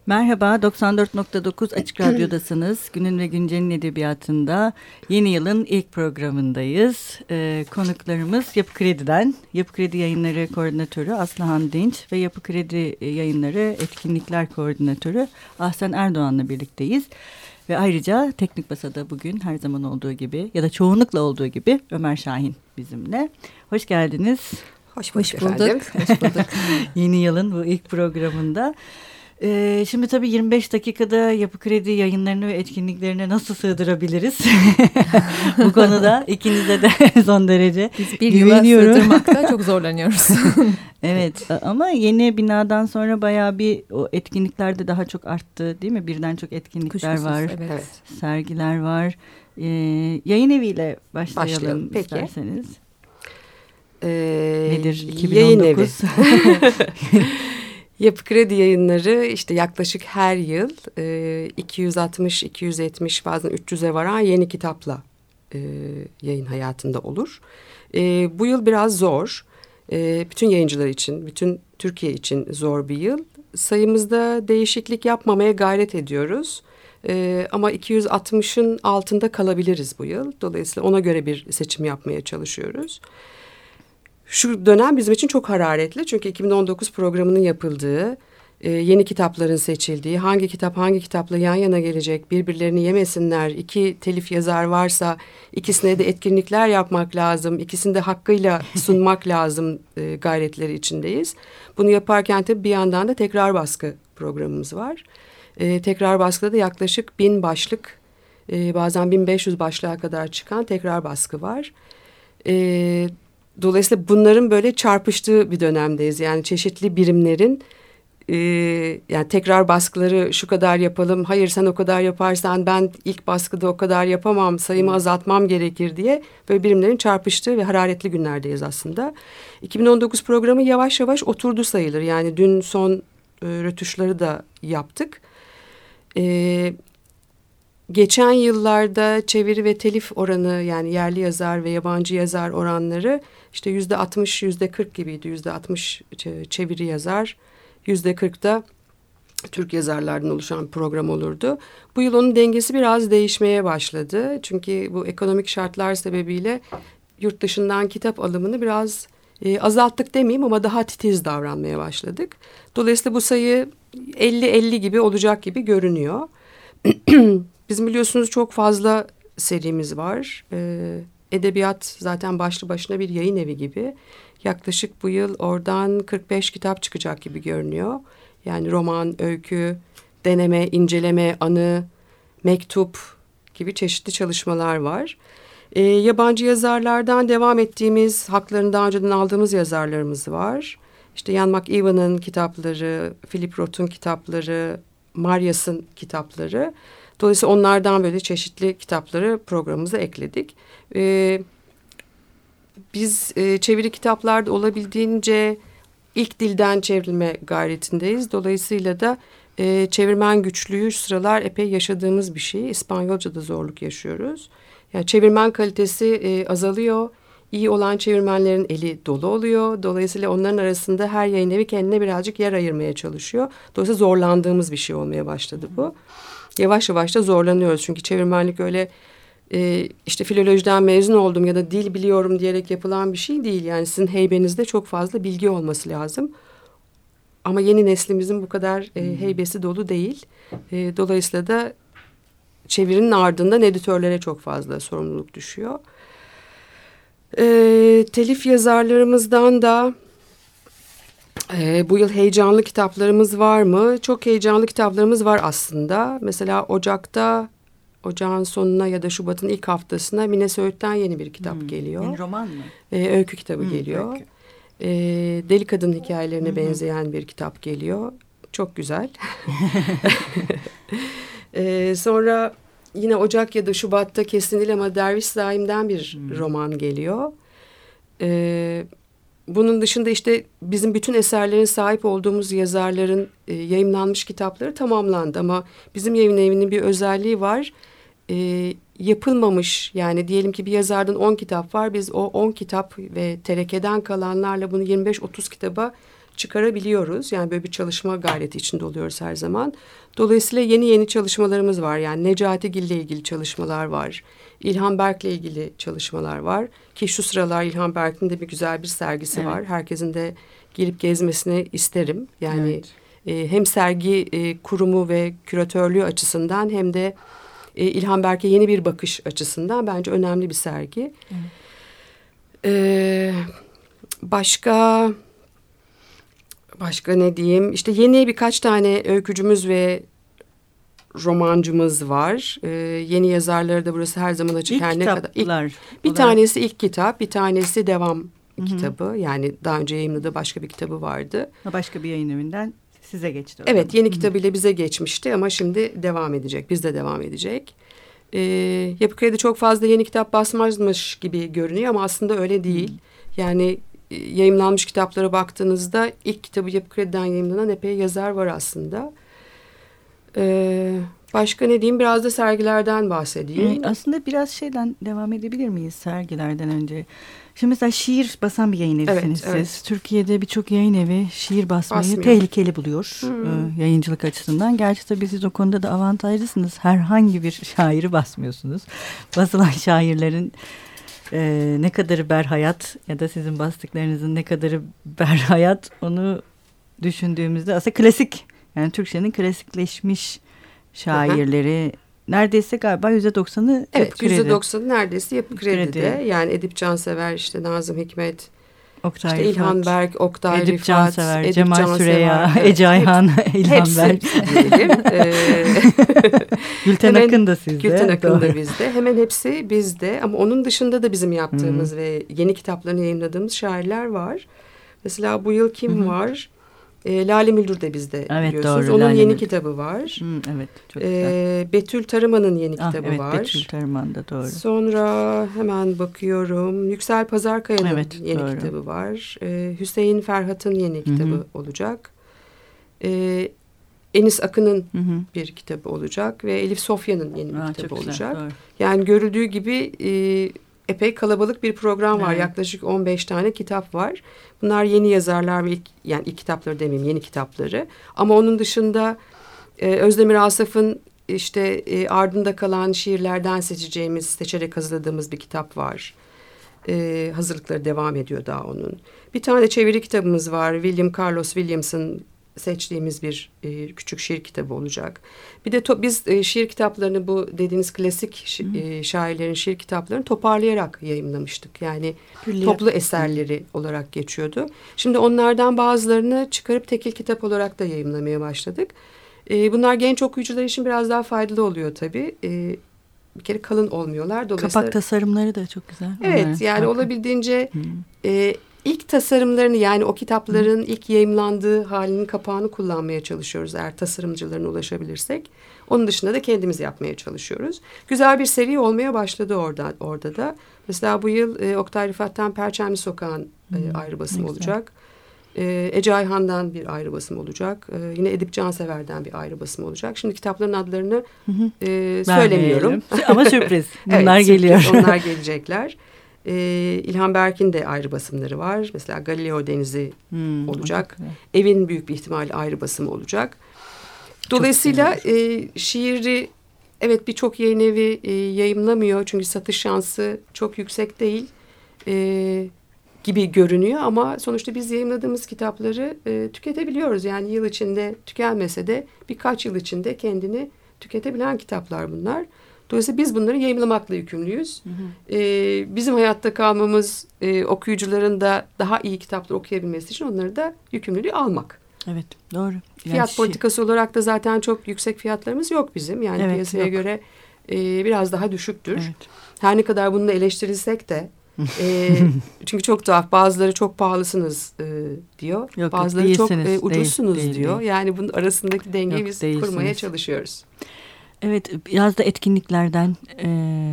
Merhaba, 94.9 Açık Radyo'dasınız. Günün ve Güncel'in edebiyatında yeni yılın ilk programındayız. Konuklarımız Yapı Kredi'den, Yapı Kredi Yayınları Koordinatörü Aslıhan Dinç ve Yapı Kredi Yayınları Etkinlikler Koordinatörü Ahsen Erdoğan'la birlikteyiz. Ve ayrıca Teknik Masa'da bugün her zaman olduğu gibi ya da çoğunlukla olduğu gibi Ömer Şahin bizimle. Hoş geldiniz. Hoş bulduk. Hoş bulduk. Yeni yılın bu ilk programında. Şimdi tabii 25 dakikada Yapı Kredi yayınlarını ve etkinliklerini nasıl sığdırabiliriz? Bu konuda ikinize de son derece biz bir yıla sığdırmakta çok zorlanıyoruz. Evet, ama yeni binadan sonra bayağı bir o etkinlikler de daha çok arttı değil mi? Birden çok etkinlikler Kuşkusuz, var, evet. Sergiler var. Yayın eviyle başlayalım Peki. isterseniz. Nedir 2019? Yayın evi. Yapı Kredi Yayınları işte yaklaşık her yıl 260, 270 bazen 300'e varan yeni kitapla yayın hayatında olur. Bu yıl biraz zor. Bütün yayıncılar için, bütün Türkiye için zor bir yıl. Sayımızda değişiklik yapmamaya gayret ediyoruz. Ama 260'ın altında kalabiliriz bu yıl. Dolayısıyla ona göre bir seçim yapmaya çalışıyoruz. Şu dönem bizim için çok hararetli çünkü 2019 programının yapıldığı, yeni kitapların seçildiği, hangi kitap hangi kitapla yan yana gelecek, birbirlerini yemesinler, 2 telif yazar varsa ikisine de etkinlikler yapmak lazım, ikisini de hakkıyla sunmak lazım gayretleri içindeyiz. Bunu yaparken tabii bir yandan da tekrar baskı programımız var. Tekrar baskıda da yaklaşık 1000 başlık, bazen 1500 başlığa kadar çıkan tekrar baskı var. Dolayısıyla bunların böyle çarpıştığı bir dönemdeyiz. Yani çeşitli birimlerin yani tekrar baskıları şu kadar yapalım, hayır sen o kadar yaparsan ben ilk baskıda o kadar yapamam, sayımı azaltmam gerekir diye böyle birimlerin çarpıştığı ve hararetli günlerdeyiz aslında. 2019 programı yavaş yavaş oturdu sayılır. Yani dün son rötuşları da yaptık. Geçen yıllarda çeviri ve telif oranı yani yerli yazar ve yabancı yazar oranları işte %60, %40 gibiydi. %60 çeviri yazar, %40'da Türk yazarlardan oluşan bir program olurdu. Bu yıl onun dengesi biraz değişmeye başladı. Çünkü bu ekonomik şartlar sebebiyle yurt dışından kitap alımını biraz azalttık demeyeyim ama daha titiz davranmaya başladık. Dolayısıyla bu sayı 50-50 gibi olacak gibi görünüyor. Bizim biliyorsunuz çok fazla serimiz var. Edebiyat zaten başlı başına bir yayın evi gibi. Yaklaşık bu yıl oradan 45 kitap çıkacak gibi görünüyor. Yani roman, öykü, deneme, inceleme, anı, mektup gibi çeşitli çalışmalar var. Yabancı yazarlardan devam ettiğimiz, haklarını daha önceden aldığımız yazarlarımız var. İşte Ian McEwan'ın kitapları, Philip Roth'un kitapları, Marias'ın kitapları. Dolayısıyla onlardan böyle çeşitli kitapları programımıza ekledik. Biz çeviri kitaplarda olabildiğince ilk dilden çevrilme gayretindeyiz. Dolayısıyla da çevirmen güçlüğü şu sıralar epey yaşadığımız bir şey. İspanyolca'da zorluk yaşıyoruz. Yani çevirmen kalitesi azalıyor. İyi olan çevirmenlerin eli dolu oluyor. Dolayısıyla onların arasında her yayın evi kendine birazcık yer ayırmaya çalışıyor. Dolayısıyla zorlandığımız bir şey olmaya başladı bu. Yavaş yavaş da zorlanıyoruz. Çünkü çevirmenlik öyle işte filolojiden mezun oldum ya da dil biliyorum diyerek yapılan bir şey değil. Yani sizin heybenizde çok fazla bilgi olması lazım. Ama yeni neslimizin bu kadar heybesi dolu değil. Dolayısıyla da çevirinin ardından editörlere çok fazla sorumluluk düşüyor. Telif yazarlarımızdan da bu yıl heyecanlı kitaplarımız var mı? Çok heyecanlı kitaplarımız var aslında. Mesela Ocağın sonuna ya da Şubat'ın ilk haftasına Mine Söğüt'ten yeni bir kitap geliyor. Yeni roman mı? Öykü kitabı geliyor. Öykü. Deli kadın hikayelerine benzeyen bir kitap geliyor. Çok güzel. Sonra yine Ocak ya da Şubat'ta kesin değil ama Derviş Zaim'den bir roman geliyor. Bunun dışında işte bizim bütün eserlerin sahip olduğumuz yazarların yayımlanmış kitapları tamamlandı. Ama bizim yayın evinin bir özelliği var. Yapılmamış yani diyelim ki bir yazardan 10 kitap var. Biz o 10 kitap ve terekeden kalanlarla bunu 25-30 kitaba çıkarabiliyoruz. Yani böyle bir çalışma gayreti içinde oluyoruz her zaman. Dolayısıyla yeni çalışmalarımız var. Yani Necati Gil'le ilgili çalışmalar var. İlhan Berk'le ilgili çalışmalar var. Ki şu sıralar İlhan Berk'in de bir güzel bir sergisi var. Herkesin de gelip gezmesini isterim. Yani hem sergi kurumu ve küratörlüğü açısından hem de İlhan Berk'e yeni bir bakış açısından bence önemli bir sergi. Başka ne diyeyim? İşte yeni birkaç tane öykücümüz ve romancımız var. Yeni yazarları da burası her zaman açık. İlk kitaplar. Bir tanesi ilk kitap, bir tanesi devam kitabı. Yani daha önce yayınladığı başka bir kitabı vardı. Başka bir yayın evinden size geçti. Evet, yeni kitabıyla bize geçmişti ama şimdi devam edecek. Bizde devam edecek. Yapı Kredi çok fazla yeni kitap basmazmış gibi görünüyor ama aslında öyle değil. Yani yayımlanmış kitaplara baktığınızda ilk kitabı Yapı Kredi'den yayımlanan epey yazar var aslında. Başka ne diyeyim? Biraz da sergilerden bahsedeyim. Aslında biraz şeyden devam edebilir miyiz sergilerden önce? Şimdi mesela şiir basan bir yayın evisiniz siz. Evet. Türkiye'de birçok yayın evi şiir basmayı tehlikeli buluyor yayıncılık açısından. Gerçi tabii siz o konuda da avantajlısınız. Herhangi bir şairi basmıyorsunuz. Basılan şairlerin ne kadarı berhayat ya da sizin bastıklarınızın ne kadarı berhayat onu düşündüğümüzde aslında klasik, yani Türkçenin klasikleşmiş şairleri neredeyse galiba %90'ı Yapı Kredi. %90'ı neredeyse Yapı Kredi'de. Yani Edip Cansever, işte Nazım Hikmet, Oktay işte Rifat, İlhan Berk, Oktay Edip Rifat, Cansever, Cemal Süreya, Ece Ayhan, İlhan Berk. Gülten Akın da sizde. Gülten Akın da bizde. Hemen hepsi bizde ama onun dışında da bizim yaptığımız ve yeni kitaplarını yayınladığımız şairler var. Mesela bu yıl kim var? Lale Müldür de bizde, biliyorsunuz. Doğru, onun Lale yeni Müldür kitabı var. Evet, çok güzel. Betül Tarıman'ın yeni kitabı var. Betül Tarıman da doğru. Sonra hemen bakıyorum. Yüksel Pazarkaya'nın yeni kitabı var. Hüseyin Ferhat'ın yeni kitabı olacak. Enis Akın'ın bir kitabı olacak ve Elif Sofya'nın yeni bir kitabı olacak. Güzel, yani görüldüğü gibi epey kalabalık bir program var. Yaklaşık 15 tane kitap var. Bunlar yeni yazarlar ve ilk kitapları demeyeyim, yeni kitapları. Ama onun dışında Özdemir Asaf'ın işte ardında kalan şiirlerden seçerek hazırladığımız bir kitap var. Hazırlıkları devam ediyor daha onun. Bir tane çeviri kitabımız var. William Carlos Williams'ın seçtiğimiz bir küçük şiir kitabı olacak. Bir de biz şiir kitaplarını, bu dediğiniz klasik şairlerin şiir kitaplarını toparlayarak yayımlamıştık. Yani toplu eserleri olarak geçiyordu. Şimdi onlardan bazılarını çıkarıp tekil kitap olarak da yayımlamaya başladık. Bunlar genç okuyucular için biraz daha faydalı oluyor tabii. Bir kere kalın olmuyorlar. Kapak tasarımları da çok güzel. Evet, yani olabildiğince İlk tasarımlarını, yani o kitapların ilk yayımlandığı halinin kapağını kullanmaya çalışıyoruz eğer tasarımcılarına ulaşabilirsek. Onun dışında da kendimiz yapmaya çalışıyoruz. Güzel bir seri olmaya başladı orada da. Mesela bu yıl Oktay Rıfat'tan Perçemli Sokağın ayrı basım olacak. Ece Ayhan'dan bir ayrı basım olacak. Yine Edip Cansever'den bir ayrı basım olacak. Şimdi kitapların adlarını söylemiyorum. Ama sürpriz. Bunlar geliyor. Onlar gelecekler. İlhan Berk'in de ayrı basımları var. Mesela Galileo Denizi olacak. Evin büyük bir ihtimalle ayrı basımı olacak. Dolayısıyla şiiri birçok yayın evi yayımlamıyor. Çünkü satış şansı çok yüksek değil gibi görünüyor. Ama sonuçta biz yayımladığımız kitapları tüketebiliyoruz. Yani yıl içinde tükenmese de birkaç yıl içinde kendini tüketebilen kitaplar bunlar. Dolayısıyla biz bunları yayımlamakla yükümlüyüz. Bizim hayatta kalmamız, okuyucuların da daha iyi kitaplar okuyabilmesi için onları da yükümlülüğü almak. Evet, doğru. Fiyat politikası olarak da zaten çok yüksek fiyatlarımız yok bizim. Yani piyasaya göre biraz daha düşüktür. Evet. Her ne kadar bununla eleştirilsek de çünkü çok tuhaf, bazıları çok pahalısınız diyor. Bazıları çok ucuzsunuz diyor. Yani bunun arasındaki dengeyi biz kurmaya çalışıyoruz. Evet, biraz da etkinliklerden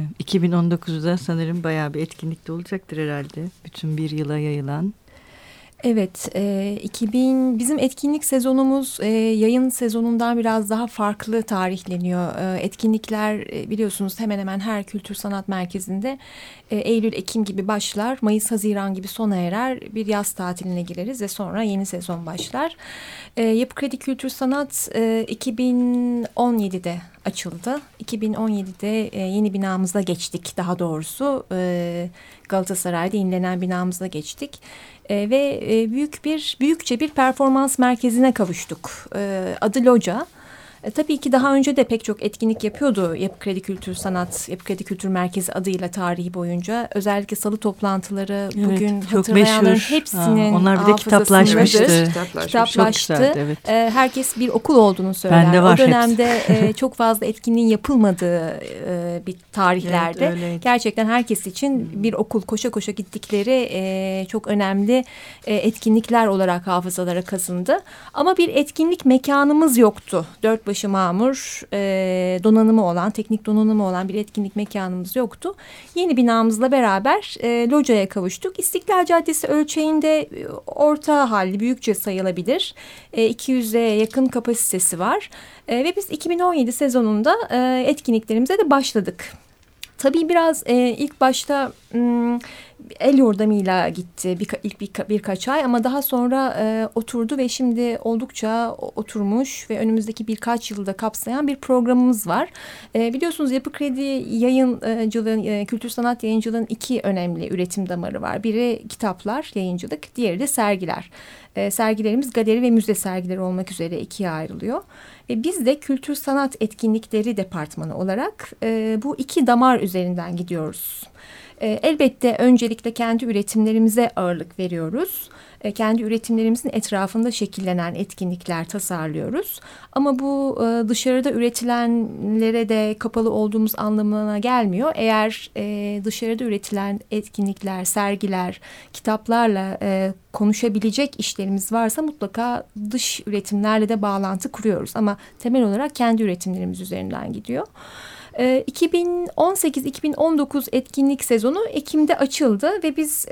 2019'da sanırım bayağı bir etkinlik de olacaktır herhalde. Bütün bir yıla yayılan. Evet, bizim etkinlik sezonumuz yayın sezonundan biraz daha farklı tarihleniyor. Etkinlikler biliyorsunuz hemen hemen her kültür sanat merkezinde Eylül-Ekim gibi başlar, Mayıs-Haziran gibi sona erer, bir yaz tatiline gireriz ve sonra yeni sezon başlar. Yapı Kredi Kültür Sanat 2017'de açıldı. 2017'de yeni binamıza geçtik, daha doğrusu Galatasaray'da yenilenen binamıza geçtik. Ve büyükçe bir performans merkezine kavuştuk. Adı Loca. Tabii ki daha önce de pek çok etkinlik yapıyordu Yapı Kredi Kültür Sanat, Yapı Kredi Kültür Merkezi adıyla tarihi boyunca. Özellikle salı toplantıları bugün hatırlayanların hepsinin onlar bir de kitaplaşmıştı. Kitaplaştı. Evet. Herkes bir okul olduğunu söyler. Bende var o dönemde çok fazla etkinliğin yapılmadığı bir tarihlerde. Evet, gerçekten herkes için bir okul, koşa koşa gittikleri çok önemli etkinlikler olarak hafızalara kazındı. Ama bir etkinlik mekanımız yoktu. Dörtbaşı mamur donanımı olan, teknik donanımı olan bir etkinlik mekanımız yoktu. Yeni binamızla beraber Loca'ya kavuştuk. İstiklal Caddesi ölçeğinde orta halli, büyükçe sayılabilir. 200'e yakın kapasitesi var. Ve biz 2017 sezonunda etkinliklerimize de başladık. Tabii biraz ilk başta el yordamıyla gitti birkaç ay ama daha sonra oturdu ve şimdi oldukça oturmuş ve önümüzdeki birkaç yılda kapsayan bir programımız var. Biliyorsunuz Yapı Kredi yayıncılığın, kültür sanat yayıncılığın iki önemli üretim damarı var. Biri kitaplar, yayıncılık, diğeri de sergiler. Sergilerimiz galeri ve müze sergileri olmak üzere ikiye ayrılıyor. Biz de kültür sanat etkinlikleri departmanı olarak bu iki damar üzerinden gidiyoruz. Elbette öncelikle kendi üretimlerimize ağırlık veriyoruz. Kendi üretimlerimizin etrafında şekillenen etkinlikler tasarlıyoruz. Ama bu dışarıda üretilenlere de kapalı olduğumuz anlamına gelmiyor. Eğer dışarıda üretilen etkinlikler, sergiler, kitaplarla konuşabilecek işlerimiz varsa mutlaka dış üretimlerle de bağlantı kuruyoruz. Ama temel olarak kendi üretimlerimiz üzerinden gidiyor. 2018-2019 etkinlik sezonu Ekim'de açıldı ve biz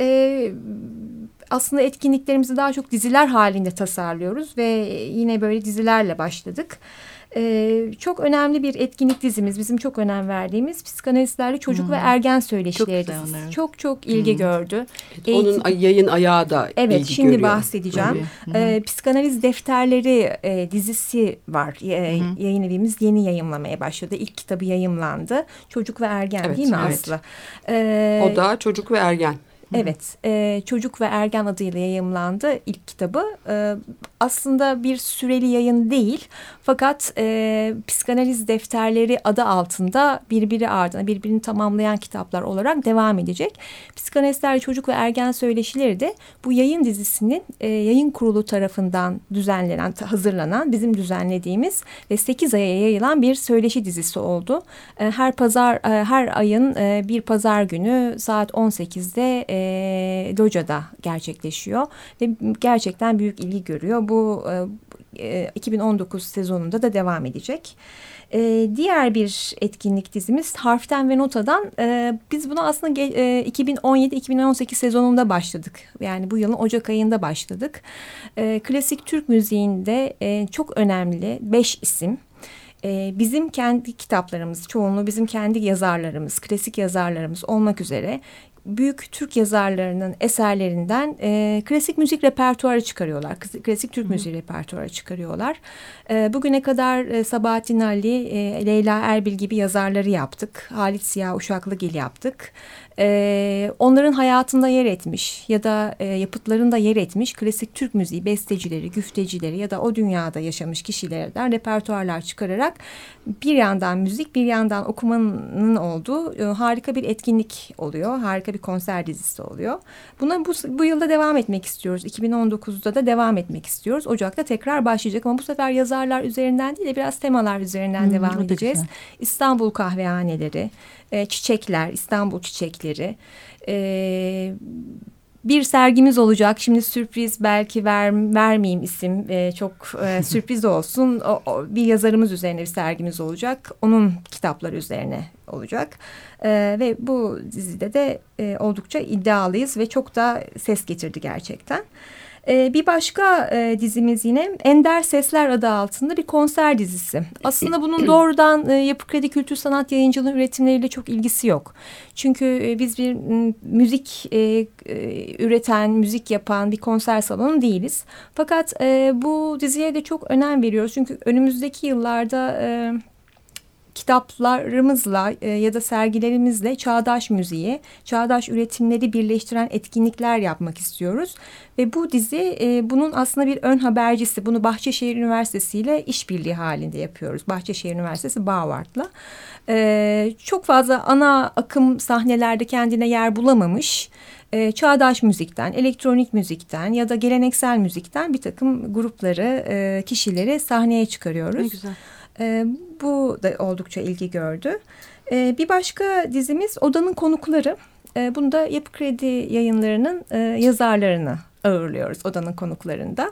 aslında etkinliklerimizi daha çok diziler halinde tasarlıyoruz ve yine böyle dizilerle başladık. Çok önemli bir etkinlik dizimiz, bizim çok önem verdiğimiz Psikanalistlerle Çocuk ve Ergen Söyleşileri dizisi. Çok ilgi gördü. Onun yayın ayağı da ilgi görüyor. Şimdi bahsedeceğim. Psikanaliz Defterleri dizisi var. Yayın evimiz yeni yayımlamaya başladı. İlk kitabı yayımlandı. Çocuk ve Ergen değil mi Aslı? O da Çocuk ve Ergen. Evet, Çocuk ve Ergen adıyla yayımlandı ilk kitabı. Aslında bir süreli yayın değil, fakat Psikanaliz Defterleri adı altında birbiri ardına birbirini tamamlayan kitaplar olarak devam edecek. Psikanalistlerle Çocuk ve Ergen Söyleşileri de bu yayın dizisinin yayın kurulu tarafından hazırlanan, bizim düzenlediğimiz ve 8 aya yayılan bir söyleşi dizisi oldu. Her ayın bir pazar günü saat 18'de Loca'da gerçekleşiyor ve gerçekten büyük ilgi görüyor. Bu 2019 sezonunda da devam edecek. Diğer bir etkinlik dizimiz Harften ve Nota'dan. Biz bunu aslında 2017-2018 sezonunda başladık. Yani bu yılın Ocak ayında başladık. Klasik Türk müziğinde çok önemli 5 isim. Bizim kendi kitaplarımız, çoğunluğu bizim kendi yazarlarımız, klasik yazarlarımız olmak üzere büyük Türk yazarlarının eserlerinden klasik müzik repertuarı çıkarıyorlar. Klasik Türk müziği repertuarı çıkarıyorlar. Bugüne kadar Sabahattin Ali, Leyla Erbil gibi yazarları yaptık. Halit Ziya Uşaklıgil yaptık. Onların hayatında yer etmiş ya da yapıtlarında yer etmiş klasik Türk müziği bestecileri, güftecileri ya da o dünyada yaşamış kişilerden repertuarlar çıkararak bir yandan müzik, bir yandan okumanın olduğu harika bir etkinlik oluyor. Harika bir konser dizisi oluyor. Buna bu yılda devam etmek istiyoruz. 2019'da da devam etmek istiyoruz. Ocak'ta tekrar başlayacak ama bu sefer yazarlar üzerinden değil de biraz temalar üzerinden devam edeceğiz. İstanbul kahvehaneleri, çiçekler, İstanbul çiçekleri. Bir sergimiz olacak. Şimdi sürpriz, belki vermeyeyim isim. Çok sürpriz olsun. Bir yazarımız üzerine bir sergimiz olacak. Onun kitapları üzerine olacak. Ve bu dizide de oldukça iddialıyız ve çok da ses getirdi gerçekten. Bir başka dizimiz yine Ender Sesler adı altında bir konser dizisi. Aslında bunun doğrudan Yapı Kredi Kültür Sanat Yayıncılığı üretimleriyle çok ilgisi yok. Çünkü biz bir müzik üreten, müzik yapan bir konser salonu değiliz. Fakat bu diziye de çok önem veriyoruz. Çünkü önümüzdeki yıllarda kitaplarımızla ya da sergilerimizle çağdaş müziği, çağdaş üretimleri birleştiren etkinlikler yapmak istiyoruz. Ve bu dizi bunun aslında bir ön habercisi. Bunu Bahçeşehir Üniversitesi ile işbirliği halinde yapıyoruz. Bahçeşehir Üniversitesi Bağvart'la. Çok fazla ana akım sahnelerde kendine yer bulamamış, çağdaş müzikten, elektronik müzikten ya da geleneksel müzikten bir takım grupları, kişileri sahneye çıkarıyoruz. Ne güzel. Bu da oldukça ilgi gördü. Bir başka dizimiz Odanın Konukları. Bunda Yapı Kredi Yayınları'nın yazarlarını ağırlıyoruz Odanın Konukları'nda.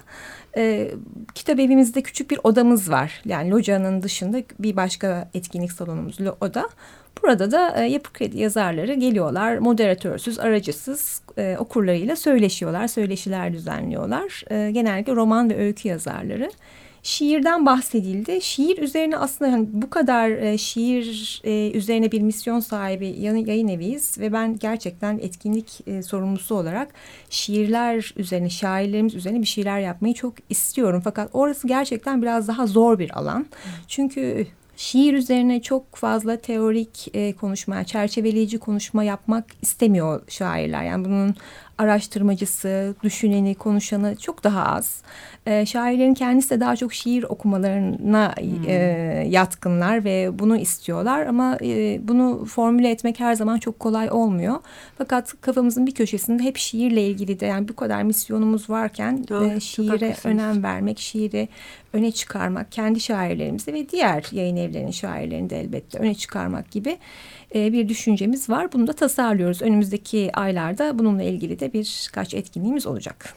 Kitap evimizde küçük bir odamız var. Yani locanın dışında bir başka etkinlik salonumuz oda. Burada da Yapı Kredi yazarları geliyorlar. Moderatörsüz, aracısız okurlarıyla söyleşiyorlar. Söyleşiler düzenliyorlar. Genellikle roman ve öykü yazarları. Şiirden bahsedildi. Şiir üzerine aslında hani bu kadar şiir üzerine bir misyon sahibi yayın eviyiz. Ve ben gerçekten etkinlik sorumlusu olarak şiirler üzerine, şairlerimiz üzerine bir şeyler yapmayı çok istiyorum. Fakat orası gerçekten biraz daha zor bir alan. Çünkü şiir üzerine çok fazla teorik konuşma, çerçeveleyici konuşma yapmak istemiyor şairler. Yani bunun araştırmacısı, düşüneni, konuşanı çok daha az. Şairlerin kendisi de daha çok şiir okumalarına yatkınlar ve bunu istiyorlar. Ama bunu formüle etmek her zaman çok kolay olmuyor. Fakat kafamızın bir köşesinde hep şiirle ilgili de, yani bu kadar misyonumuz varken şiire önem vermek, şiiri öne çıkarmak, kendi şairlerimizi ve diğer yayın evlerinin şairlerini de elbette öne çıkarmak gibi bir düşüncemiz var. Bunu da tasarlıyoruz. Önümüzdeki aylarda bununla ilgili de birkaç etkinliğimiz olacak.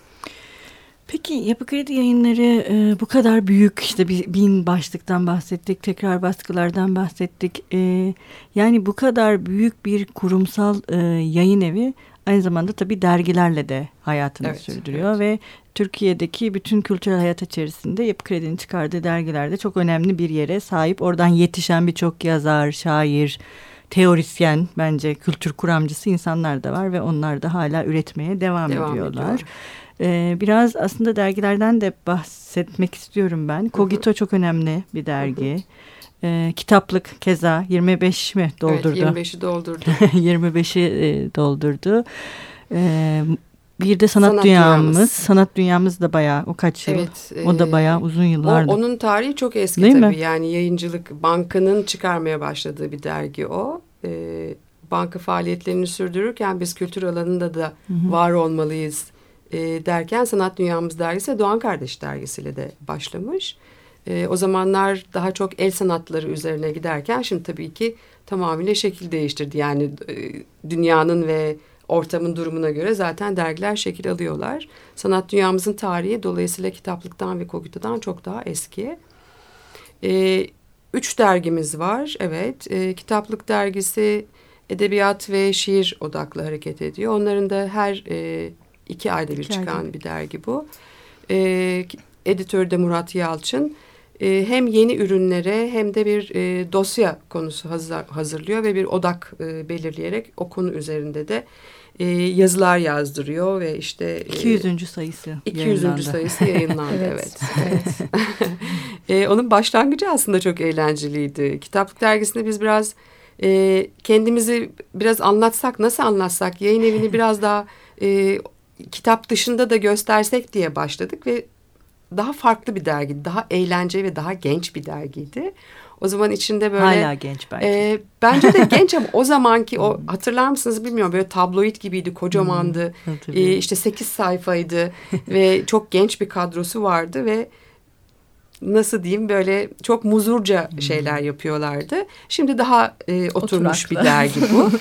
Peki Yapı Kredi Yayınları bu kadar büyük, işte 1000 başlıktan bahsettik, tekrar baskılardan bahsettik. Yani bu kadar büyük bir kurumsal yayın evi aynı zamanda tabii dergilerle de hayatını sürdürüyor ve Türkiye'deki bütün kültürel hayat içerisinde Yapı Kredi'nin çıkardığı dergilerde çok önemli bir yere sahip. Oradan yetişen birçok yazar, şair, teorisyen, bence kültür kuramcısı insanlar da var ve onlar da hala üretmeye devam ediyorlar. Biraz aslında dergilerden de bahsetmek istiyorum ben. Kogito çok önemli bir dergi. Kitaplık keza 25 mi doldurdu? Evet, 25'i doldurdu. 25'i doldurdu. Bir de Sanat Dünyamız. Sanat Dünyamız da bayağı o kaç yıl? Evet, o da bayağı uzun yıllardır. Onun tarihi çok eski değil tabii. Mi? Yani Yayıncılık Banka'nın çıkarmaya başladığı bir dergi o. Banka faaliyetlerini sürdürürken biz kültür alanında da var olmalıyız derken Sanat Dünyamız dergisi Doğan Kardeş dergisiyle de başlamış. O zamanlar daha çok el sanatları üzerine giderken şimdi tabii ki tamamıyla şekil değiştirdi. Yani dünyanın ve ortamın durumuna göre zaten dergiler şekil alıyorlar. Sanat Dünyamızın tarihi dolayısıyla kitaplıktan ve Kogito'dan çok daha eski. 3 dergimiz var. Evet, Kitaplık dergisi edebiyat ve şiir odaklı hareket ediyor. Onların da her 2 ayda bir çıkan bir dergi bu. Editörü de Murat Yalçın. Hem yeni ürünlere hem de bir dosya konusu hazırlıyor ve bir odak belirleyerek o konu üzerinde de yazılar yazdırıyor ve işte 200. sayısı 200. sayısı yayınlandı. evet. Onun başlangıcı aslında çok eğlenceliydi. Kitaplık dergisinde biz biraz kendimizi biraz anlatsak, nasıl anlatsak, yayın evini biraz daha kitap dışında da göstersek diye başladık ve daha farklı bir dergi, daha eğlenceli ve daha genç bir dergiydi. O zaman içinde böyle... Hala genç belki. Bence de genç ama o zamanki o, hatırlar mısınız bilmiyorum, böyle tabloid gibiydi, kocamandı. İşte 8 sayfaydı ve çok genç bir kadrosu vardı ve nasıl diyeyim, böyle çok muzurca şeyler yapıyorlardı. Şimdi daha oturmuş bir dergi bu.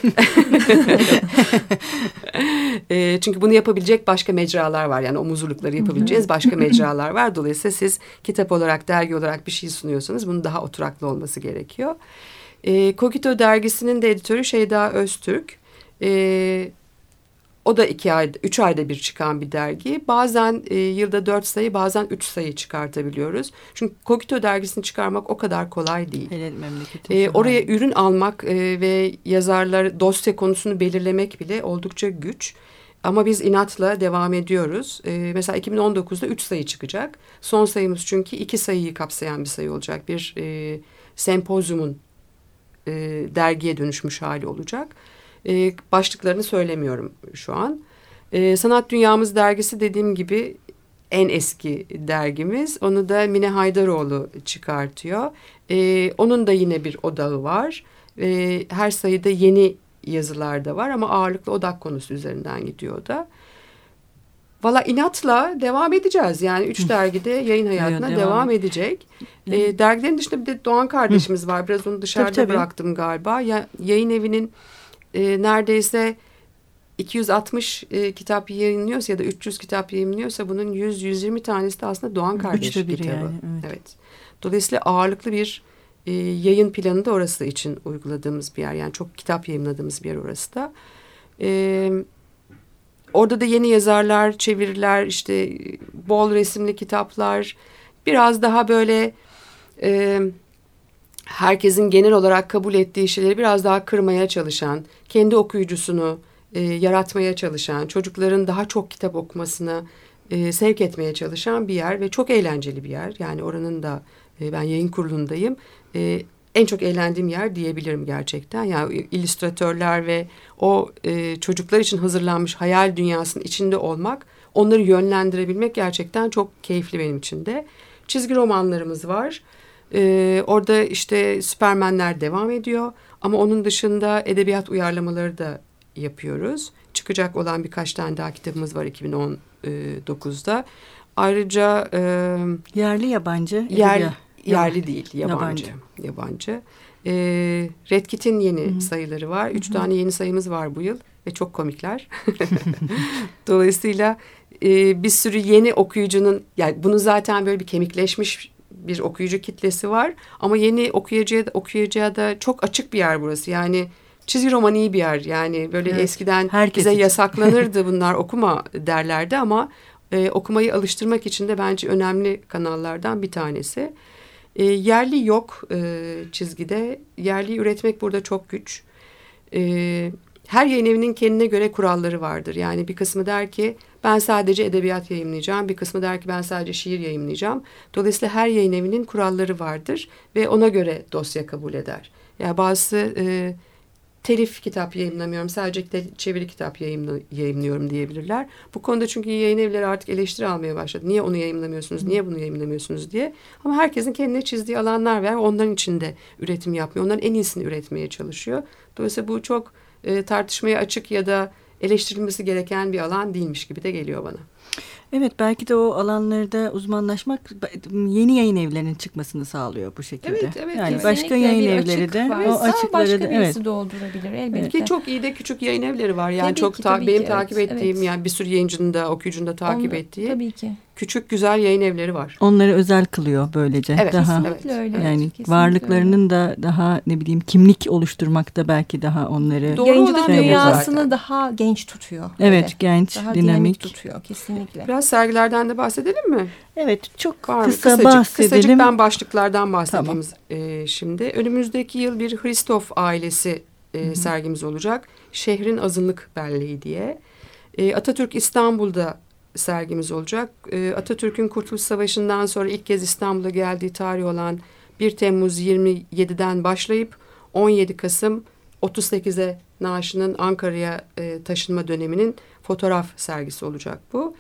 Çünkü bunu yapabilecek başka mecralar var. Yani o muzurlukları yapabileceğiz başka mecralar var. Dolayısıyla siz kitap olarak, dergi olarak bir şey sunuyorsanız bunun daha oturaklı olması gerekiyor. Kogito dergisinin de editörü Şeyda Öztürk. O da 3 ayda bir çıkan bir dergi. Bazen yılda 4 sayı, bazen 3 sayı çıkartabiliyoruz. Çünkü Cogito dergisini çıkarmak o kadar kolay değil. Oraya ürün almak ve yazarlar dosya konusunu belirlemek bile oldukça güç. Ama biz inatla devam ediyoruz. Mesela 2019'da 3 sayı çıkacak. Son sayımız çünkü 2 sayıyı kapsayan bir sayı olacak. Bir sempozyumun dergiye dönüşmüş hali olacak. Başlıklarını söylemiyorum şu an. Sanat Dünyamız dergisi dediğim gibi en eski dergimiz. Onu da Mine Haydaroğlu çıkartıyor. Onun da yine bir odağı var. Her sayıda yeni yazılar da var ama ağırlıklı odak konusu üzerinden gidiyor da. Valla inatla devam edeceğiz. Yani 3 dergide yayın hayatına devam edecek. Dergilerin dışında bir de Doğan kardeşimiz var. Biraz onu dışarıda bıraktım galiba. Yayın evinin neredeyse 260 kitap yayınlıyorsa ya da 300 kitap yayınlıyorsa bunun 100-120 tanesi de aslında Doğan kardeş kitabı. Yani, evet. Dolayısıyla ağırlıklı bir yayın planı da orası için uyguladığımız bir yer. Yani çok kitap yayınladığımız bir yer orası da. Orada da yeni yazarlar, çeviriler, işte bol resimli kitaplar, biraz daha böyle herkesin genel olarak kabul ettiği şeyleri biraz daha kırmaya çalışan, kendi okuyucusunu yaratmaya çalışan, çocukların daha çok kitap okumasını sevk etmeye çalışan bir yer ve çok eğlenceli bir yer. Yani oranın da ben yayın kurulundayım. En çok eğlendiğim yer diyebilirim gerçekten. Yani illüstratörler ve o çocuklar için hazırlanmış hayal dünyasının içinde olmak, onları yönlendirebilmek gerçekten çok keyifli benim için de. Çizgi romanlarımız var. Orada işte Süpermenler devam ediyor. Ama onun dışında edebiyat uyarlamaları da yapıyoruz. Çıkacak olan birkaç tane daha kitabımız var 2019'da. Ayrıca yerli yabancı yerli değil, yabancı. Red Kit'in yeni sayıları var. 3 tane yeni sayımız var bu yıl ve çok komikler. Dolayısıyla bir sürü yeni okuyucunun, yani bunun zaten böyle bir kemikleşmiş bir okuyucu kitlesi var. Ama yeni okuyucuya da çok açık bir yer burası. Yani çizgi roman iyi bir yer. Yani böyle eskiden bize yasaklanırdı bunlar, okuma derlerdi ama okumayı alıştırmak için de bence önemli kanallardan bir tanesi. Yerli yok çizgide. Yerli üretmek burada çok güç. Her yayın evinin kendine göre kuralları vardır. Yani bir kısmı der ki ben sadece edebiyat yayımlayacağım. Bir kısmı der ki ben sadece şiir yayımlayacağım. Dolayısıyla her yayın evinin kuralları vardır ve ona göre dosya kabul eder. Yani bazısı telif kitap yayımlamıyorum, sadece çeviri kitap yayımlıyorum diyebilirler. Bu konuda çünkü yayın evleri artık eleştiri almaya başladı. Niye onu yayımlamıyorsunuz, niye bunu yayımlamıyorsunuz diye. Ama herkesin kendine çizdiği alanlar var. Onların içinde üretim yapmıyor. Onların en iyisini üretmeye çalışıyor. Dolayısıyla bu çok tartışmaya açık ya da eleştirilmesi gereken bir alan değilmiş gibi de geliyor bana. Evet, belki de o alanlarda uzmanlaşmak yeni yayın evlerinin çıkmasını sağlıyor bu şekilde. Evet, yani başka yayın evleri de o açıkları da birisi doldurabilir elbette. Ki çok iyi de küçük yayın evleri var. Yani benim takip ettiğim yani bir sürü yayıncının da okuyucunun da takip ettiği. Tabii ki. Küçük güzel yayın evleri var. Onları özel kılıyor böylece. Evet, daha öyle. Yani varlıklarının da daha kimlik oluşturmakta belki daha onları yayıncılık dünyasını daha genç tutuyor. Evet, genç, daha dinamik tutuyor kesinlikle. Biraz sergilerden de bahsedelim mi? Evet, çok kısaca bahsedelim. Kısacık ben başlıklardan bahsedeyim şimdi. Önümüzdeki yıl bir Hristof ailesi sergimiz olacak. Şehrin azınlık belleği diye. Atatürk İstanbul'da sergimiz olacak. Atatürk'ün Kurtuluş Savaşı'ndan sonra ilk kez İstanbul'a geldiği tarih olan 1 Temmuz 27'den başlayıp 17 Kasım 38'e naaşının Ankara'ya taşınma döneminin fotoğraf sergisi olacak bu.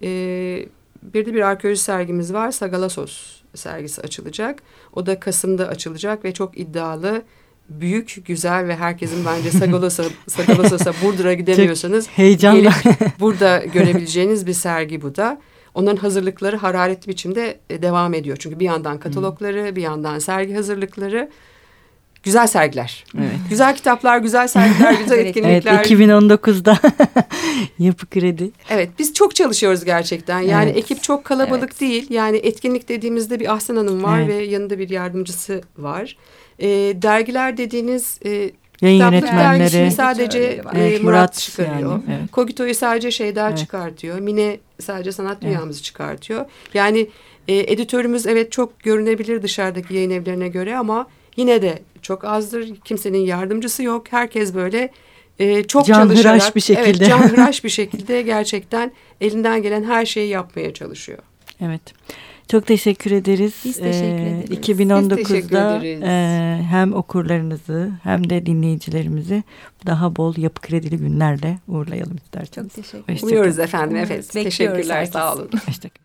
Bir de bir arkeoloji sergimiz var. Sagalassos sergisi açılacak. O da Kasım'da açılacak ve çok iddialı, büyük, güzel ve herkesin bence Sagalassos'a Burdur'a gidemiyorsanız gelip burada görebileceğiniz bir sergi bu da. Onların hazırlıkları hararetli biçimde devam ediyor. Çünkü bir yandan katalogları, bir yandan sergi hazırlıkları. Güzel sergiler. Evet. Güzel kitaplar, güzel sergiler, güzel etkinlikler. Evet, 2019'da Yapı Kredi. Evet, biz çok çalışıyoruz gerçekten. Yani ekip çok kalabalık değil. Yani etkinlik dediğimizde bir Ahsen Hanım var ve yanında bir yardımcısı var. Dergiler dediğiniz Yayın Kitaplık yönetmenleri. dergisini sadece Evet, Murat çıkarıyor. yani, evet. Kogito'yu sadece Şeyda çıkartıyor. Mine sadece Sanat Dünyamızı çıkartıyor. Yani editörümüz evet çok görünebilir dışarıdaki yayın evlerine göre ama yine de çok azdır. Kimsenin yardımcısı yok. Herkes böyle çok çalışarak, bir şekilde. Evet, canhıraş bir şekilde gerçekten elinden gelen her şeyi yapmaya çalışıyor. Evet. Çok teşekkür ederiz. Biz teşekkür ederiz. 2019'da Biz teşekkür ederiz. Hem okurlarınızı hem de dinleyicilerimizi daha bol Yapı Kredili günlerle uğurlayalım isterseniz. Çok teşekkür ederim. Umuyoruz efendim. Evet. Bekliyoruz Teşekkürler. herkes. Sağ olun. Hoşçakalın.